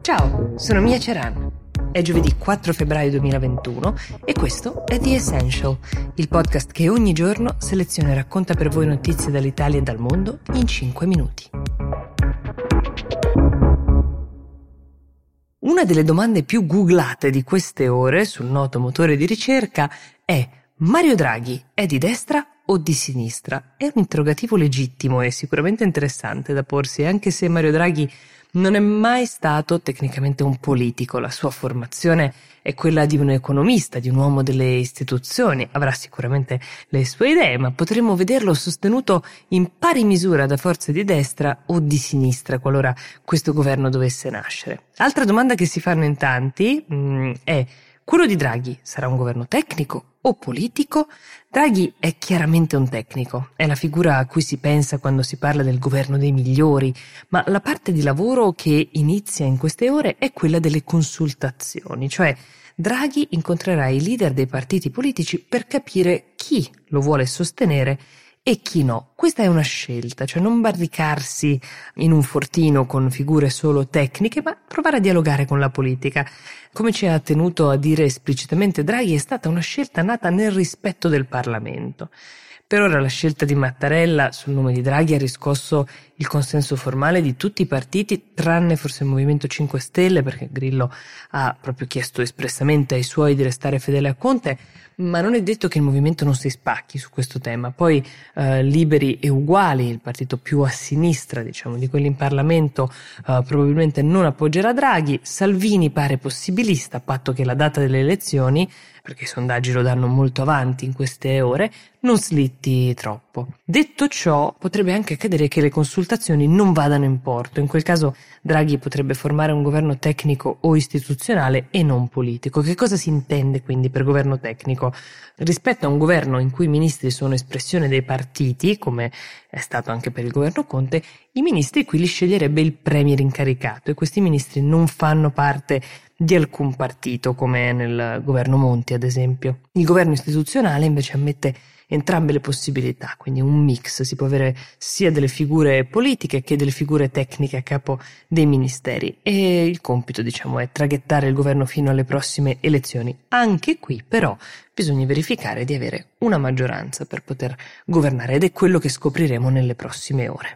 Ciao, sono Mia Ceran. È giovedì 4 febbraio 2021 e questo è The Essential, il podcast che ogni giorno seleziona e racconta per voi notizie dall'Italia e dal mondo in 5 minuti. Una delle domande più googlate di queste ore sul noto motore di ricerca è: Mario Draghi è di destra o di sinistra? È un interrogativo legittimo e sicuramente interessante da porsi, anche se Mario Draghi non è mai stato tecnicamente un politico. La sua formazione è quella di un economista, di un uomo delle istituzioni. Avrà sicuramente le sue idee, ma potremmo vederlo sostenuto in pari misura da forze di destra o di sinistra, qualora questo governo dovesse nascere. Altra domanda che si fanno in tanti è: quello di Draghi sarà un governo tecnico o politico? Draghi è chiaramente un tecnico, è la figura a cui si pensa quando si parla del governo dei migliori, ma la parte di lavoro che inizia in queste ore è quella delle consultazioni, cioè Draghi incontrerà i leader dei partiti politici per capire chi lo vuole sostenere e chi no. Questa è una scelta, cioè non barricarsi in un fortino con figure solo tecniche, ma provare a dialogare con la politica. Come ci ha tenuto a dire esplicitamente Draghi, è stata una scelta nata nel rispetto del Parlamento. Per ora la scelta di Mattarella sul nome di Draghi ha riscosso il consenso formale di tutti i partiti, tranne forse il Movimento 5 Stelle, perché Grillo ha proprio chiesto espressamente ai suoi di restare fedele a Conte, ma non è detto che il movimento non si spacchi su questo tema. Poi Liberi e Uguali, il partito più a sinistra, diciamo, di quelli in Parlamento, probabilmente non appoggerà Draghi. Salvini pare possibilista, a patto che la data delle elezioni, perché i sondaggi lo danno molto avanti in queste ore, non slitti troppo. Detto ciò, potrebbe anche accadere che le consultazioni non vadano in porto. In quel caso Draghi potrebbe formare un governo tecnico o istituzionale e non politico. Che cosa si intende quindi per governo tecnico? Rispetto a un governo in cui i ministri sono espressione dei partiti, come è stato anche per il governo Conte, i ministri qui li sceglierebbe il premier incaricato e questi ministri non fanno parte di alcun partito, come nel governo Monti ad esempio. Il governo istituzionale invece ammette entrambe le possibilità, quindi un mix, si può avere sia delle figure politiche che delle figure tecniche a capo dei ministeri e il compito, diciamo, è traghettare il governo fino alle prossime elezioni. Anche qui però bisogna verificare di avere una maggioranza per poter governare ed è quello che scopriremo nelle prossime ore.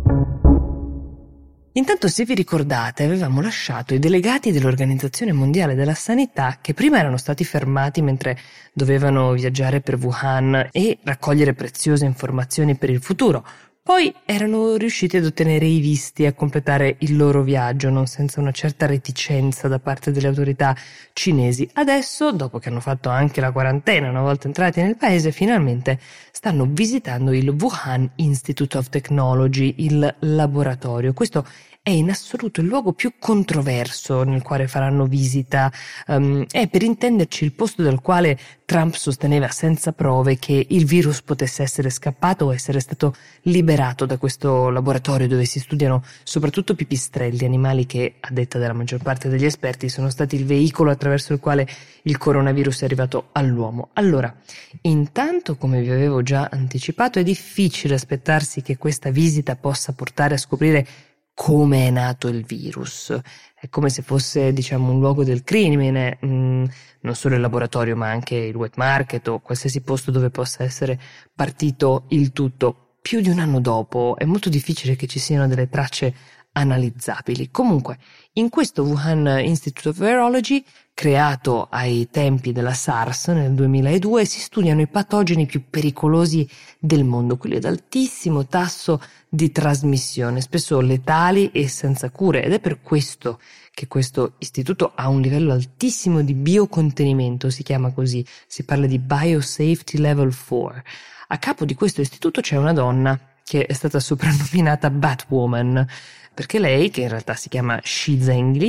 Intanto, se vi ricordate, avevamo lasciato i delegati dell'Organizzazione Mondiale della Sanità che prima erano stati fermati mentre dovevano viaggiare per Wuhan e raccogliere preziose informazioni per il futuro. Poi erano riusciti ad ottenere i visti e a completare il loro viaggio, non senza una certa reticenza da parte delle autorità cinesi. Adesso, dopo che hanno fatto anche la quarantena una volta entrati nel paese, finalmente stanno visitando il Wuhan Institute of Technology, il laboratorio. Questo è in assoluto il luogo più controverso nel quale faranno visita. È, per intenderci, il posto dal quale Trump sosteneva senza prove che il virus potesse essere scappato o essere stato liberato da questo laboratorio dove si studiano soprattutto pipistrelli, animali che, a detta della maggior parte degli esperti, sono stati il veicolo attraverso il quale il coronavirus è arrivato all'uomo. Allora, intanto, come vi avevo già anticipato, è difficile aspettarsi che questa visita possa portare a scoprire come è nato il virus. È come se fosse, diciamo, un luogo del crimine, non solo il laboratorio ma anche il wet market o qualsiasi posto dove possa essere partito il tutto. Più di un anno dopo è molto difficile che ci siano delle tracce analizzabili. Comunque, in questo Wuhan Institute of Virology, creato ai tempi della SARS nel 2002, si studiano i patogeni più pericolosi del mondo, quelli ad altissimo tasso di trasmissione, spesso letali e senza cure, ed è per questo che questo istituto ha un livello altissimo di biocontenimento, si chiama così, si parla di Biosafety Level 4. A capo di questo istituto c'è una donna che è stata soprannominata Batwoman, perché lei, che in realtà si chiama Shi Zhengli,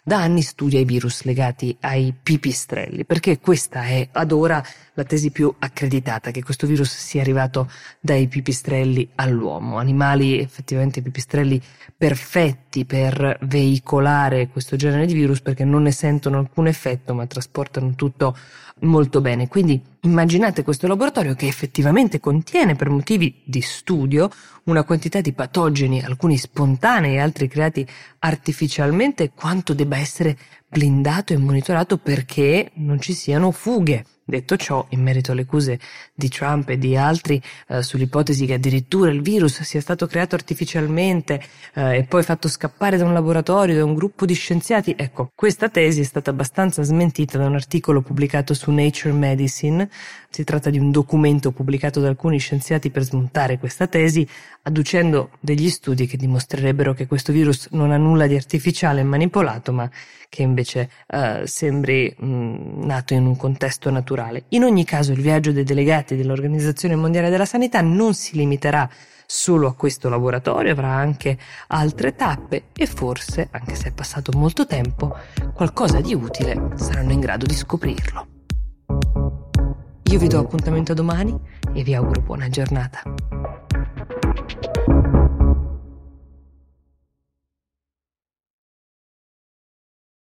da anni studia i virus legati ai pipistrelli, perché questa è ad ora la tesi più accreditata, che questo virus sia arrivato dai pipistrelli all'uomo, animali effettivamente pipistrelli perfetti per veicolare questo genere di virus, perché non ne sentono alcun effetto ma trasportano tutto molto bene. Quindi immaginate questo laboratorio che effettivamente contiene, per motivi di studio, una quantità di patogeni, alcuni spontanei e altri creati artificialmente, quanto debba essere blindato e monitorato perché non ci siano fughe. Detto ciò, in merito alle accuse di Trump e di altri sull'ipotesi che addirittura il virus sia stato creato artificialmente e poi fatto scappare da un laboratorio, da un gruppo di scienziati, ecco, questa tesi è stata abbastanza smentita da un articolo pubblicato su Nature Medicine. Si tratta di un documento pubblicato da alcuni scienziati per smontare questa tesi, adducendo degli studi che dimostrerebbero che questo virus non ha nulla di artificiale e manipolato, ma che invece sembri nato in un contesto naturale. In ogni caso, il viaggio dei delegati dell'Organizzazione Mondiale della Sanità non si limiterà solo a questo laboratorio, avrà anche altre tappe e forse, anche se è passato molto tempo, qualcosa di utile saranno in grado di scoprirlo. Io vi do appuntamento domani e vi auguro buona giornata.